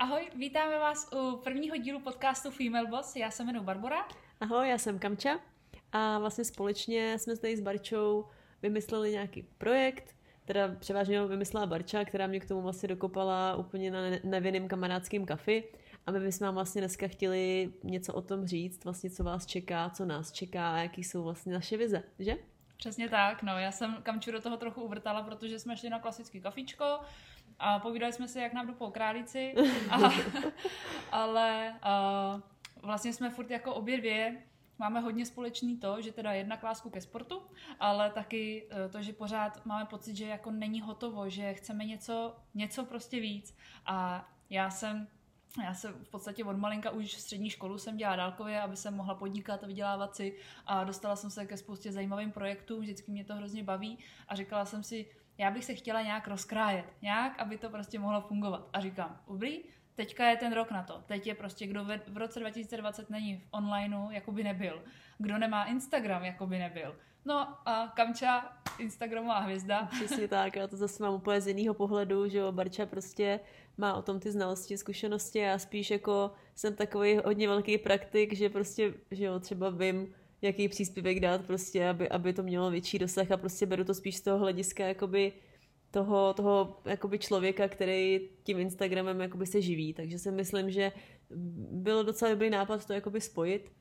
Ahoj, vítáme vás u prvního dílu podcastu Female Boss. Já se jmenuji Barbora. Ahoj, já jsem Kamča a vlastně společně jsme tady s Barčou vymysleli nějaký projekt, teda převážně ho vymyslela Barča, která mě k tomu vlastně dokopala úplně na nevinným kamarádským kafi a my bychom vám vlastně dneska chtěli něco o tom říct, vlastně co vás čeká, co nás čeká a jaký jsou vlastně naše vize, že? Přesně tak, no, já jsem Kamču do toho trochu uvrtala, protože jsme šli na klasický kafičko a povídali jsme si, jak nám dupou králíci, ale vlastně jsme furt jako obě dvě, máme hodně společný to, že teda jednak lásku ke sportu, ale taky to, že pořád máme pocit, že jako není hotovo, že chceme něco prostě víc a já jsem v podstatě od malinka už střední školu jsem dělala dálkově, aby jsem mohla podnikat a vydělávat si a dostala jsem se ke spoustě zajímavým projektům, vždycky mě to hrozně baví a říkala jsem si, já bych se chtěla nějak rozkrájet, nějak, aby to prostě mohlo fungovat. A říkám, dobrý, teďka je ten rok na to. Teď je prostě, kdo v roce 2020 není v onlineu, jako by nebyl. Kdo nemá Instagram, jako by nebyl. No a Kamča, Instagramová hvězda. Přesně tak, já to zase mám úplně z jiného pohledu, že jo, Barča prostě má o tom ty znalosti, zkušenosti a já spíš jako jsem takový hodně velký praktik, že prostě, že jo, třeba vím, jaký příspěvek dát prostě, aby to mělo větší dosah a prostě beru to spíš z toho hlediska jakoby toho jakoby člověka, který tím Instagramem jakoby se živí, takže si myslím, že byl docela dobrý nápad to jakoby spojit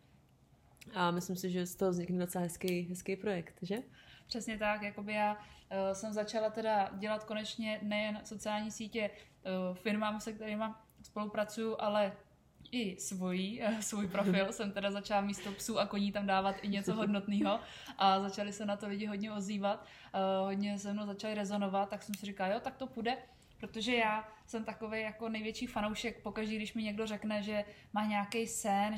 a myslím si, že z toho vznikne docela hezký projekt, že? Přesně tak, jakoby já jsem začala teda dělat konečně nejen sociální sítě firmám, se kterými spolupracuju, ale i svůj profil jsem teda začala místo psů a koní tam dávat i něco hodnotného a začali se na to lidi hodně ozývat, hodně se mnou začali rezonovat, tak jsem si říkala, jo, tak to půjde, protože já jsem takový jako největší fanoušek pokaždý, když mi někdo řekne, že má nějaký sen,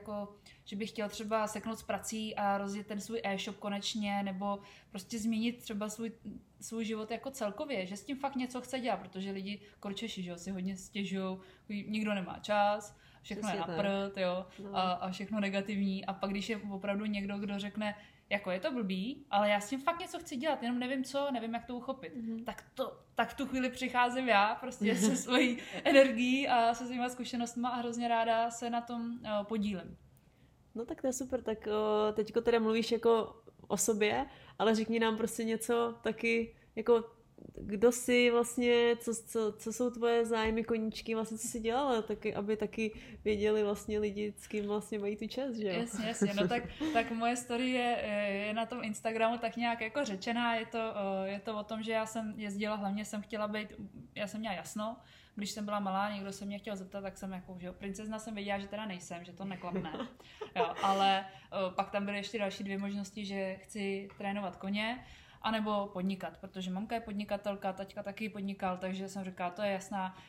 že by chtěl třeba seknout s prací a rozjet ten svůj e-shop konečně, nebo prostě změnit třeba svůj život jako celkově, že s tím fakt něco chce dělat, protože lidi Korčeši, že jo, si hodně stěžují, nikdo nemá čas, všechno je na prd, jo, a všechno negativní a pak když je opravdu někdo, kdo řekne, jako je to blbý, ale já s tím fakt něco chci dělat, jenom nevím co, nevím jak to uchopit. Tak v tu chvíli přicházím já prostě se svojí energií a se svýma zkušenostmi a hrozně ráda se na tom podílím. No tak to je super, tak teďko teda mluvíš jako o sobě, ale řekni nám prostě něco taky jako kdo jsi vlastně, co jsou tvoje zájmy, koníčky, vlastně co jsi dělala, taky, aby taky věděli vlastně lidi, s kým vlastně mají tu čest, že jo? Jasně, no tak moje story je na tom Instagramu tak nějak jako řečená, je to o tom, že já jsem jezdila, hlavně jsem chtěla být, já jsem měla jasno, když jsem byla malá, někdo se mě chtěl zeptat, tak jsem jako, že jo, princezna jsem věděla, že teda nejsem, že to neklapne, jo, ale pak tam byly ještě další dvě možnosti, že chci trénovat koně, anebo podnikat, protože mamka je podnikatelka, taťka taky podnikal, takže jsem říkala, to je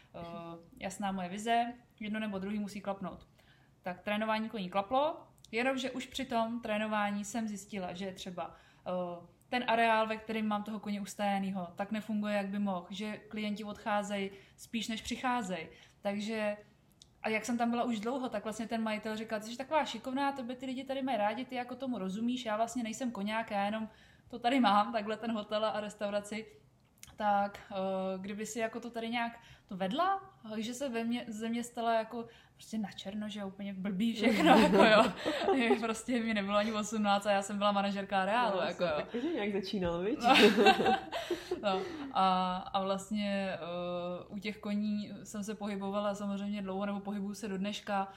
jasná moje vize, jedno nebo druhý musí klapnout. Tak trénování koní klaplo, jenomže už při tom trénování jsem zjistila, že třeba ten areál, ve kterém mám toho koně ustajenýho, tak nefunguje, jak by mohl, že klienti odcházejí spíš, než přicházejí. Takže a jak jsem tam byla už dlouho, tak vlastně ten majitel říkal, ty jsi taková šikovná, tebe ty lidi tady mají rádi, ty jako tomu rozumíš, já vlastně nejsem koňák, já jenom to tady mám, takhle ten hotel a restauraci, tak kdyby si jako to tady nějak to vedla, že se ze mě stala jako prostě na černo, že úplně blbý všechno, jako jo. Prostě mi nebylo ani 18 a já jsem byla manažerka areálu, jako jo. Takže nějak začínalo, víš? No. A vlastně u těch koní jsem se pohybovala samozřejmě dlouho, nebo pohybuju se do dneška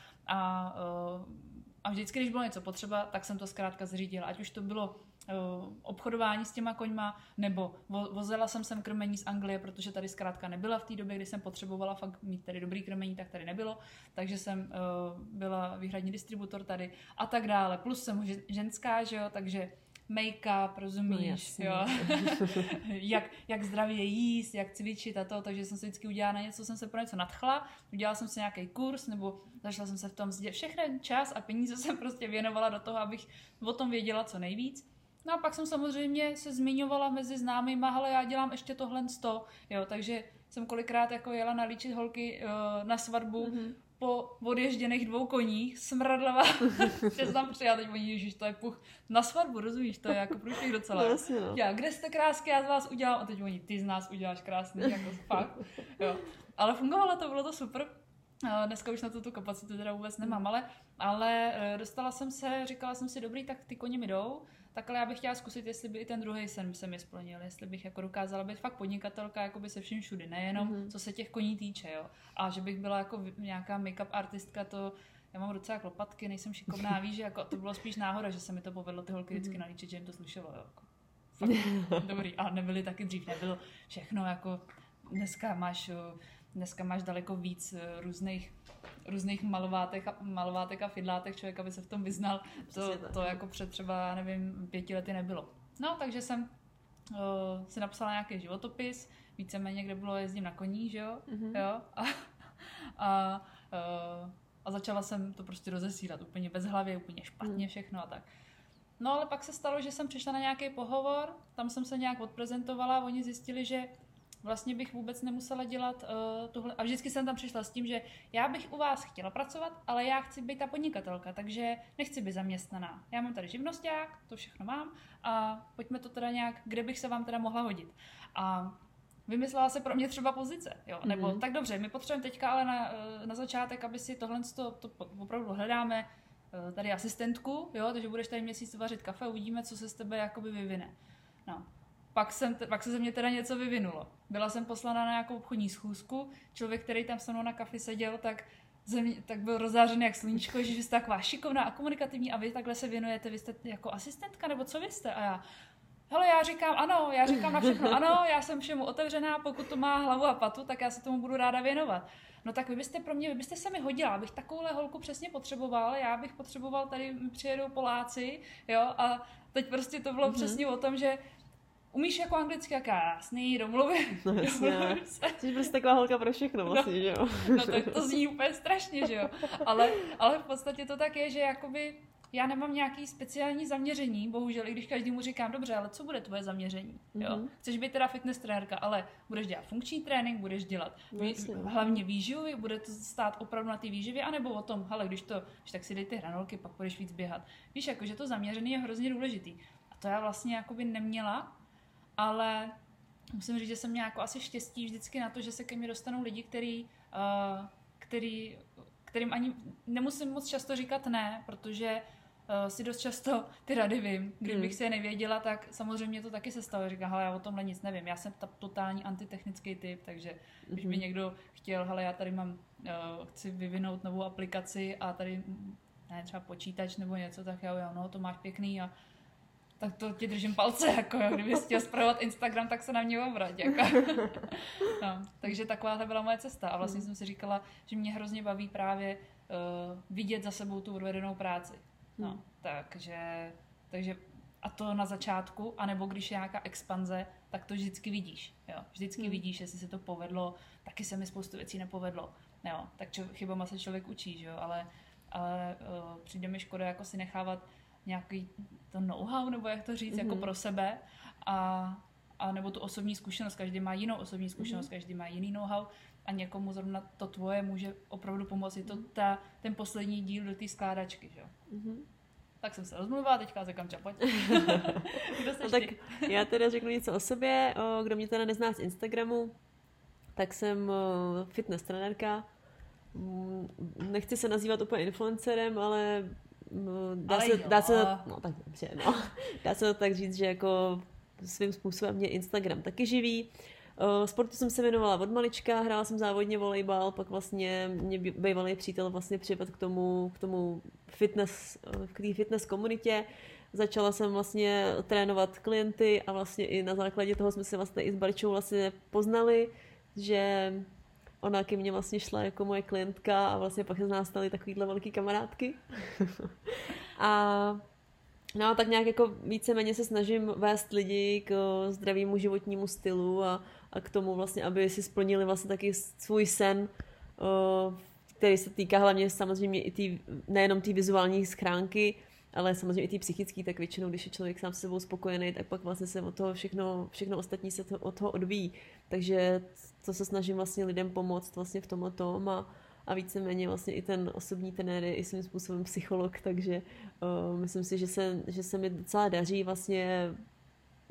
a vždycky, když bylo něco potřeba, tak jsem to zkrátka zřídila. Ať už to bylo obchodování s těma koňma, nebo vozila jsem sem krmení z Anglie, protože tady zkrátka nebyla v té době, kdy jsem potřebovala fakt mít tady dobrý krmení, tak tady nebylo, takže jsem byla výhradní distributor tady a tak dále. Plus jsem ženská, že jo, takže make-up, rozumíš, no, jo. jak zdravě jíst, jak cvičit a to, takže jsem se vždycky udělala na něco, jsem se pro něco nadchla, udělala jsem si nějaký kurz, nebo zašla jsem se v tom všechny čas a peníze jsem prostě věnovala do toho, abych o tom věděla co nejvíc. No a pak jsem samozřejmě se zmiňovala mezi známýma, ale já dělám ještě tohle jo, takže jsem kolikrát jako jela nalíčit holky na svatbu po odježděných 2 koních, smradlavá, že jsem tam přijela, teď oni, ježiš, to je puch na svatbu, rozumíš, to je jako průšvih docela. Vlastně, no. Já, kde jste krásky, já z vás udělám, a teď oni, ty z nás uděláš krásný, jako fakt, jo. Ale fungovalo to, bylo to super. Dneska už na to tu kapacitu teda vůbec nemám, ale dostala jsem se, říkala jsem si, dobrý, tak ty koně mi jdou, tak ale já bych chtěla zkusit, jestli by i ten druhý sen se mi splnil, jestli bych jako dokázala být fakt podnikatelka jakoby se vším všudy, nejenom co se těch koní týče, jo. A že bych byla jako nějaká make-up artistka, to já mám docela klopatky, nejsem šikovná, víš, že jako to bylo spíš náhoda, že se mi to povedlo ty holky vždycky nalíčit, že jim to slušelo, jo. Jako. Fakt dobrý, a nebyly taky dřív, nebylo všechno jako dneska máš daleko víc různých malovátek a fidlátek, člověk, aby se v tom vyznal, to jako před třeba, nevím, 5 lety nebylo. No, takže jsem si napsala nějaký životopis, víceméně, kde bylo jezdím na koní, že jo, jo? A začala jsem to prostě rozesílat úplně bez hlavy, úplně špatně všechno a tak. No ale pak se stalo, že jsem přišla na nějaký pohovor, tam jsem se nějak odprezentovala a oni zjistili, že vlastně bych vůbec nemusela dělat tohle. A vždycky jsem tam přišla s tím, že já bych u vás chtěla pracovat, ale já chci být ta podnikatelka, takže nechci být zaměstnaná. Já mám tady živnosťák, to všechno mám a pojďme to teda nějak, kde bych se vám teda mohla hodit. A vymyslela se pro mě třeba pozice, jo, nebo tak dobře, my potřebujeme teďka ale na začátek, aby si tohle to opravdu hledáme tady asistentku, jo, takže budeš tady měsíc vařit kafe, uvidíme, co se z tebe jakoby vyvine. No. Pak se ze mě teda něco vyvinulo. Byla jsem poslaná na nějakou obchodní schůzku, člověk, který tam se mnou na kafi seděl, tak byl rozzářený jak sluníčko, že vy jste taková šikovná a komunikativní a vy takhle se věnujete, vy jste jako asistentka, nebo co vy jste? A já, hele, já říkám na všechno ano, já jsem všemu otevřená, pokud to má hlavu a patu, tak já se tomu budu ráda věnovat. No tak vy byste se mi hodila, abych takovouhle holku přesně potřeboval, já bych potřeboval, tady mi přijedou Poláci, jo, a teď prostě to bylo přesně o tom, že umíš jako anglicky, jak jasný, domluvím. No jasně, jsi prostě taková holka pro všechno vlastně, že jo? No tak to zní úplně strašně, že jo? Ale v podstatě to tak je, že jakoby já nemám nějaký speciální zaměření, bohužel, i když každému říkám, dobře, ale co bude tvoje zaměření? Jo? Chceš být teda fitness trenérka, ale budeš dělat funkční trénink, budeš dělat hlavně výživy, bude to stát opravdu na té výživě, anebo o tom, hele, když tak si dej ty hranolky, pak budeš víc běhat. Víš, jako, že to zaměření je hrozně důležitý. A to já vlastně jakoby neměla, ale musím říct, že jsem měla jako asi štěstí vždycky na to, že se ke mně dostanou lidi, kterým ani nemusím moc často říkat ne, protože si dost často ty rady vím. Kdybych si je nevěděla, tak samozřejmě to taky se stalo. Říkám, hele, já o tomhle nic nevím. Já jsem totální antitechnický typ, takže když by někdo chtěl, hele, já tady chci vyvinout novou aplikaci a tady ne, třeba počítač nebo něco, tak jo, no, to máš pěkný a tak to ti držím palce, jako jo. Kdyby jsi chtěl spravovat Instagram, tak se na mě obrať, jako. No, takže taková byla moje cesta a vlastně jsem si říkala, že mě hrozně baví právě vidět za sebou tu odvedenou práci. No, takže a to na začátku, anebo když je nějaká expanze, tak to vždycky vidíš, jo. Vždycky vidíš, jestli se to povedlo, taky se mi spoustu věcí nepovedlo, jo. Tak chybama se člověk učí, že jo, ale přijde mi škoda jako si nechávat nějaký to know-how, nebo jak to říct, jako pro sebe a nebo tu osobní zkušenost, každý má jinou osobní zkušenost, každý má jiný know-how a někomu zrovna to tvoje může opravdu pomoct. Je to ten poslední díl do té skládačky, že jo. Tak jsem se rozmluvila, teďka se kam čapoť. No tak já teda řeknu něco o sobě, kdo mě teda nezná z Instagramu, tak jsem fitness trenérka. Nechci se nazývat úplně influencerem, ale dá se to tak říct, že jako svým způsobem mě Instagram taky živí. Sportu jsem se věnovala od malička, hrála jsem závodně volejbal, pak vlastně mě bývalý přítel vlastně přivedl k tomu k té fitness komunitě. Začala jsem vlastně trénovat klienty a vlastně i na základě toho jsme se vlastně i s Barčou vlastně poznali, že ona ke mně vlastně šla jako moje klientka a vlastně pak se z nás staly takovýhle velký kamarádky. No tak nějak jako víceméně se snažím vést lidi k zdravému životnímu stylu a k tomu vlastně, aby si splnili vlastně taky svůj sen, který se týká hlavně samozřejmě i nejenom té vizuální schránky, ale samozřejmě i ty psychický, tak většinou, když je člověk sám se sebou spokojený, tak pak vlastně se od toho všechno ostatní se od toho odvíjí. Takže to se snažím vlastně lidem pomoct vlastně v tomhle tom a víceméně vlastně i ten osobní trenér je i svým způsobem psycholog, takže myslím si, že se mi docela daří vlastně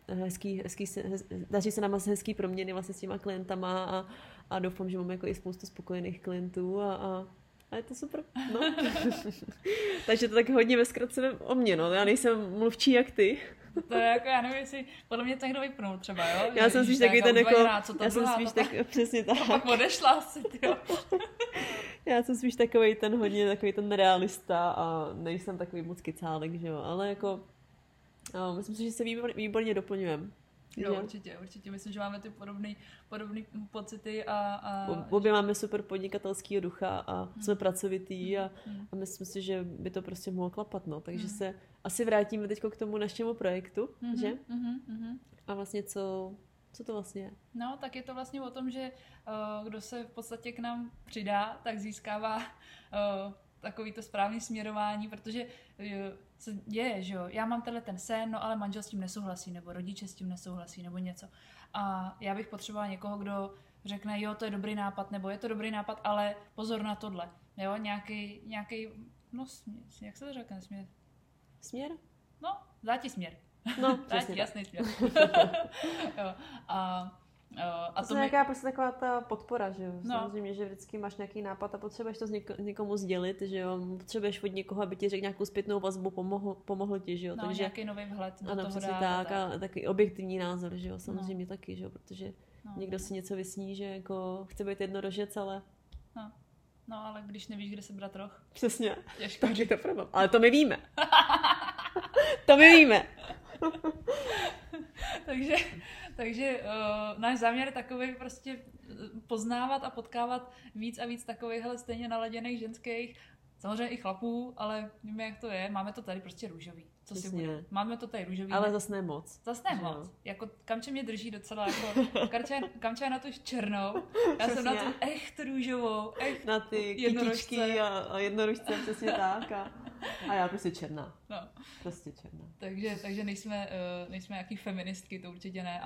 daří se nám vlastně hezký proměny vlastně s těma klientama a doufám, že máme jako i spoustu spokojených klientů a je to super. No. Takže to tak hodně ve zkratce o mě, no. Já nejsem mluvčí jak ty. To je jako, já nevím, jestli podle mě to někdo vypnul třeba, jo? Já jsem spíš taky ten jako, já jsem spíš tak, přesně tak. A pak odešla asi, tyjo. Já jsem spíš takovej ten realista a nejsem takový moc kecálek, že jo, ale jako myslím si, že se výborně doplňujeme. Jo, určitě. Myslím, že máme ty podobný pocity a obě máme super podnikatelského ducha a jsme pracovitý a myslím si, že by to prostě mohlo klapat, no. Takže se asi vrátíme teď k tomu našemu projektu, že? A vlastně co to vlastně je? No, tak je to vlastně o tom, že kdo se v podstatě k nám přidá, tak získává takový to správný směrování, protože se děje, že jo, já mám ten sen, no ale manžel s tím nesouhlasí, nebo rodiče s tím nesouhlasí, nebo něco. A já bych potřebovala někoho, kdo řekne, jo, to je dobrý nápad, nebo je to dobrý nápad, ale pozor na tohle, jo, nějaký no, jak se to řekne, směr? Směr? No, dá ti směr. No, dá ti jasný směr. Jo, a to je nějaká prostě taková ta podpora, že jo. Samozřejmě, že vždycky máš nějaký nápad a potřebuješ to někomu sdělit, že jo. Potřebuješ od někoho, aby ti řekl nějakou zpětnou vazbu, pomohl ti, že jo. No, takže nějaký nový vhled do ano, toho přesně tak a takový objektivní názor, že jo. Samozřejmě taky, že jo, protože někdo si něco vysní, že jako chce být jednorožec, ale no, ale když nevíš, kde se brát roh. Přesně. Těžko. Takže to problém. Ale to my víme. To my víme. takže náš záměr je takový prostě poznávat a potkávat víc a víc takových stejně naladěných ženských, samozřejmě i chlapů, ale víme, jak to je. Máme to tady prostě růžový. Co si bude? Máme to tady růžový. Ale zase ne moc. Zase ne moc. Jako Kamče mě drží docela jako Kamče je na tu černou. Já jsem na tu echt růžovou. Na ty kytičky a jednorožce, přesně tak. A já prostě černá. No. Prostě černá. Takže nejsme jaký feministky, to určitě ne,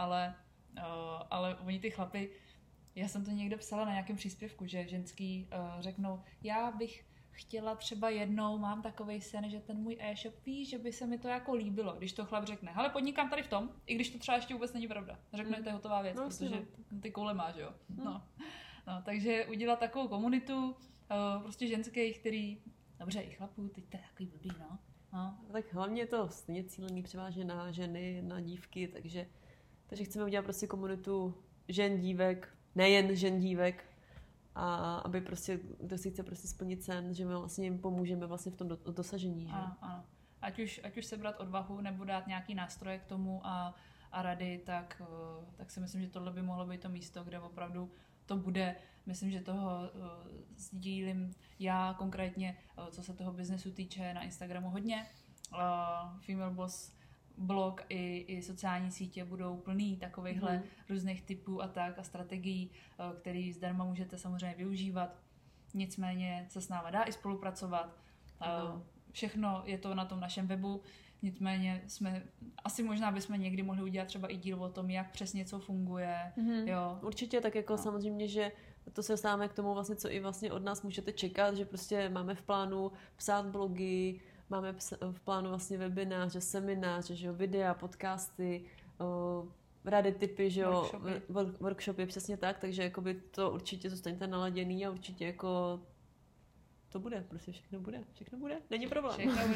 ale oni ty chlapy, já jsem to někde psala na nějakém příspěvku, že ženský řeknou, já bych chtěla třeba jednou, mám takovej sen, že ten můj e-shop ví, že by se mi to jako líbilo, když to chlap řekne, hele, podnikám tady v tom, i když to třeba ještě vůbec není pravda. Řekne, to je hotová věc, protože ty koule má, že jo. No, takže udělat takovou komunitu prostě ženských, který, dobře, i chlapů, teď to je takový blbý, no. Tak hlavně je to stejně cílený převážně na ženy, na dívky, takže chceme udělat prostě komunitu žen, dívek, nejen žen, dívek, a aby prostě, kdo si chce prostě splnit sen, že my vlastně jim pomůžeme vlastně v tom dosažení. Že? Ano. Ať už sebrat odvahu nebo dát nějaký nástroje k tomu a rady, tak si myslím, že tohle by mohlo být to místo, kde opravdu to bude. Myslím, že toho sdílím já konkrétně, co se toho biznesu týče, na Instagramu hodně. Female Boss blog i sociální sítě budou plný takovýchhle různých typů a strategií, který zdarma můžete samozřejmě využívat. Nicméně se s náma dá i spolupracovat. Všechno je to na tom našem webu. Nicméně asi možná bychom někdy mohli udělat třeba i díl o tom, jak přesně co funguje. Jo. Určitě, tak jako samozřejmě, že to se dostáváme k tomu vlastně, co i vlastně od nás můžete čekat, že prostě máme v plánu psát blogy, máme v plánu vlastně webináře, semináře, že jo, videa, podcasty, rady, tipy, že jo, workshopy, přesně tak, takže jakoby to určitě zůstaňte naladěný a určitě jako to bude, prostě všechno bude, není problém.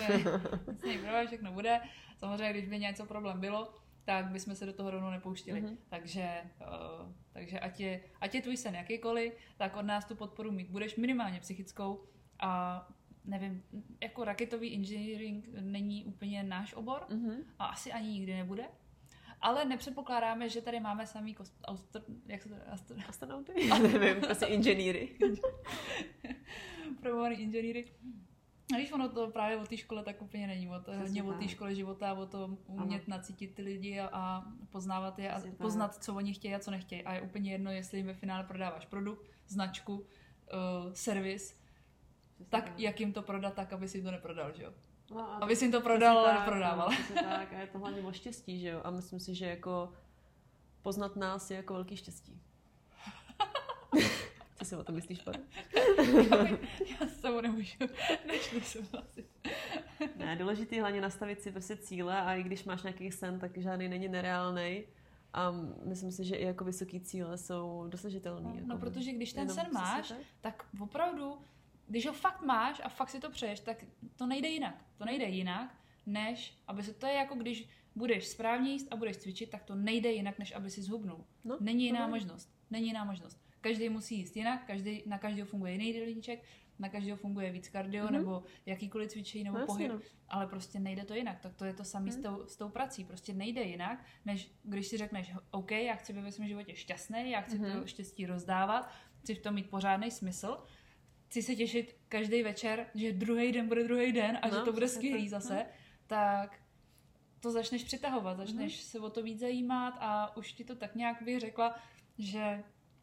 Všechno bude, samozřejmě, když by něco problém bylo, tak bychom se do toho rovnou nepouštěli. Takže ať je tvůj sen jakýkoliv, tak od nás tu podporu mít budeš minimálně psychickou a nevím, jako raketový engineering není úplně náš obor a asi ani nikdy nebude, ale nepředpokládáme, že tady máme samý astronauty? Nevím, prostě inženýry. Probovaný inženýry. A když ono to právě o té škole tak úplně není, hodně o té škole života, o tom umět nacítit ty lidi a poznávat je a poznat, co oni chtějí a co nechtějí. A je úplně jedno, jestli jim ve finále prodáváš produkt, značku, servis, tak jak jim to prodat tak, aby si jim to neprodal, že jo? No, aby si jim to prodal, ale neprodával. Tak, a je to hlavně o štěstí, že jo? A myslím si, že jako poznat nás je jako velký štěstí. Co si o tom myslíš, Pavel? Já s sebou nemůžu než souhlasit. Ne, důležitý hlavně nastavit si prostě cíle a i když máš nějaký sen, tak žádný není nereálnej. A myslím si, že i jako vysoký cíle jsou dosažitelný. No, protože když ten sen máš, tak opravdu, když ho fakt máš a fakt si to přeješ, tak to nejde jinak. To nejde jinak, než aby se to je jako když budeš správně jíst a budeš cvičit, tak to nejde jinak, než aby si zhubnul. No, není jiná možnost. Není jiná možnost. Každý musí jíst jinak, na každého funguje jiný jídelníček, na každého funguje víc kardio nebo jakýkoliv cvičení nebo pohyb, ale prostě nejde to jinak. Tak to je to samé s tou prací. Prostě nejde jinak, než když si řekneš, OK, já chci být ve svém životě šťastný, já chci to štěstí rozdávat, chci v tom mít pořádný smysl, chci se těšit každý večer, že druhý den bude druhý den a že to bude skvělý zase, tak to začneš přitahovat, začneš se o to víc zajímat a už ti to tak nějak bych řekla, že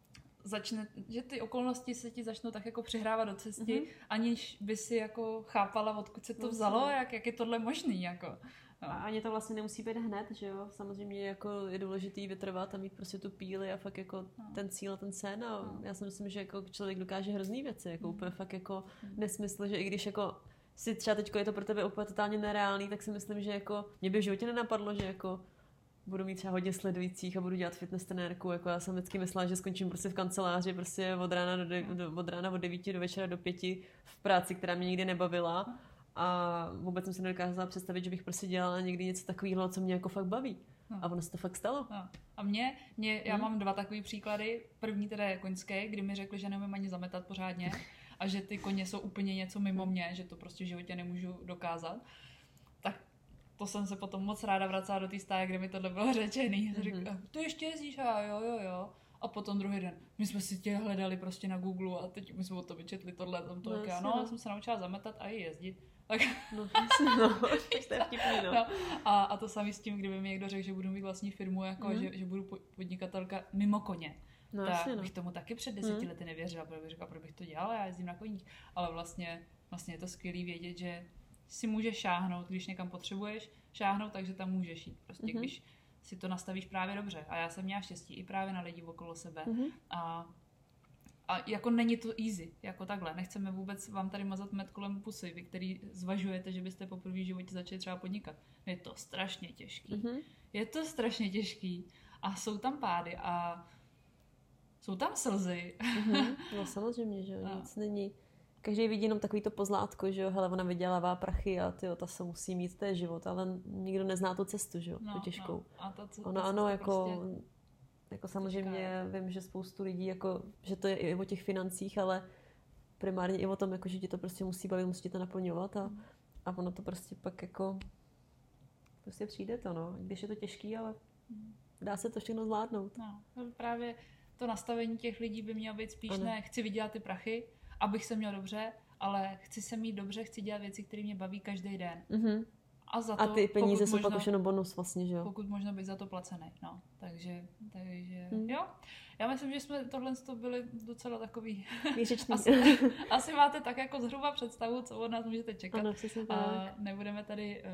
ty okolnosti se ti začnou tak jako přihrávat do cesty, aniž by si jako chápala, odkud se to vzalo, jak je tohle možný, jako. No. A ani to vlastně nemusí být hned, že jo? Samozřejmě jako je důležitý vytrvat a mít prostě tu píli a fakt jako ten cíl, ten sen a já si myslím, že jako člověk dokáže hrozný věci, jako úplně fakt jako nesmysl, že i když jako si třeba teďko je to pro tebe úplně totálně nereálný, tak si myslím, že jako mě by v životě nenapadlo, že jako budu mít třeba hodně sledujících a budu dělat fitness trenérku, jako já jsem vždycky myslela, že skončím prostě v kanceláři, prostě od rána od 9 do večera do 5 v práci, která mě nikdy nebavila a vůbec jsem se nedokázala představit, že bych prostě dělala někdy něco takového, co mě jako fakt baví. A ono se to fakt stalo. A já mám 2 takový příklady. První teda je koňský, kdy mi řekli, že neumím ani zametat pořádně a že ty koně jsou úplně něco mimo mě, že to prostě v životě nemůžu dokázat. Tak to jsem se potom moc ráda vracela do té stáje, kde mi tohle bylo řečený. Říkala, ty ještě jezdíš? A jo. A potom druhý den, my jsme si tě hledali prostě na Google a teď my jsme o to vyčetli tohle. Já jsem se naučila zametat a i jezdit. Tak. To je vtipný, no. A to samé s tím, kdyby mi někdo řekl, že budu mít vlastní firmu, jako že budu podnikatelka mimo koně. Tak bych tomu taky před 10 lety nevěřila, protože bych řekla, proč bych to dělala, já jezdím na koních. Ale vlastně je to skvělý vědět, že si můžeš šáhnout, když někam potřebuješ šáhnout, takže tam můžeš jít. Prostě když si to nastavíš právě dobře. A já jsem měla štěstí i právě na lidi okolo sebe. A jako není to easy, jako takhle. Nechceme vůbec vám tady mazat med kolem pusy, vy, který zvažujete, že byste poprvé v životě začali třeba podnikat. Je to strašně těžký. Je to strašně těžký. A jsou tam pády a jsou tam slzy. No samozřejmě, že nic není. Každý vidí jenom takový to pozlátko, že jo, hele, ona vydělává prachy a tyjo, ta se musí mít, to je život, ale nikdo nezná tu cestu, že jo, tu těžkou. Ono jako samozřejmě vím, že spoustu lidí, jako, že to je i o těch financích, ale primárně i o tom, jako, že ti to prostě musí bavit, musí ti to naplňovat a ono to prostě pak jako prostě přijde to, no, když je to těžký, ale dá se to všechno zvládnout. No, právě to nastavení těch lidí by mělo být spíš ne, chci vydělat ty prachy, abych se měl dobře, ale chci se mít dobře, chci dělat věci, které mě baví každý den. A ty peníze jsou pak už jenom bonus vlastně, že jo? Pokud možno být za to placený, no. Takže jo. Já myslím, že jsme tohle byli docela takový... asi máte tak jako zhruba představu, co od nás můžete čekat. Ano, přesně tak. A nebudeme tady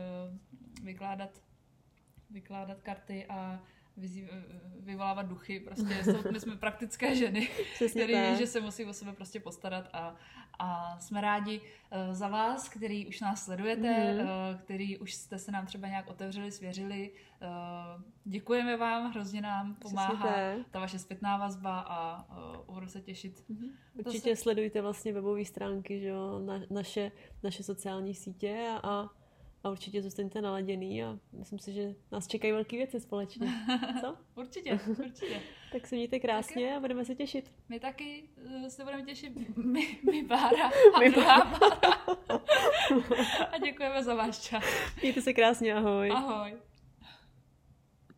vykládat karty a vyvolávat duchy, prostě my jsme praktické ženy, které že se musí o sebe prostě postarat a jsme rádi za vás, který už nás sledujete, který už jste se nám třeba nějak otevřeli, svěřili. Děkujeme vám, hrozně nám pomáhá ta vaše zpětná vazba a budu se těšit. Určitě sledujte vlastně webové stránky, že jo, naše sociální sítě a určitě zůstaňte naladěný a myslím si, že nás čekají velké věci společně. Co? Určitě. Tak se mějte krásně a budeme se těšit. My taky se budeme těšit, my Bára a druhá Bára. A děkujeme za váš čas. Mějte se krásně, ahoj. Ahoj.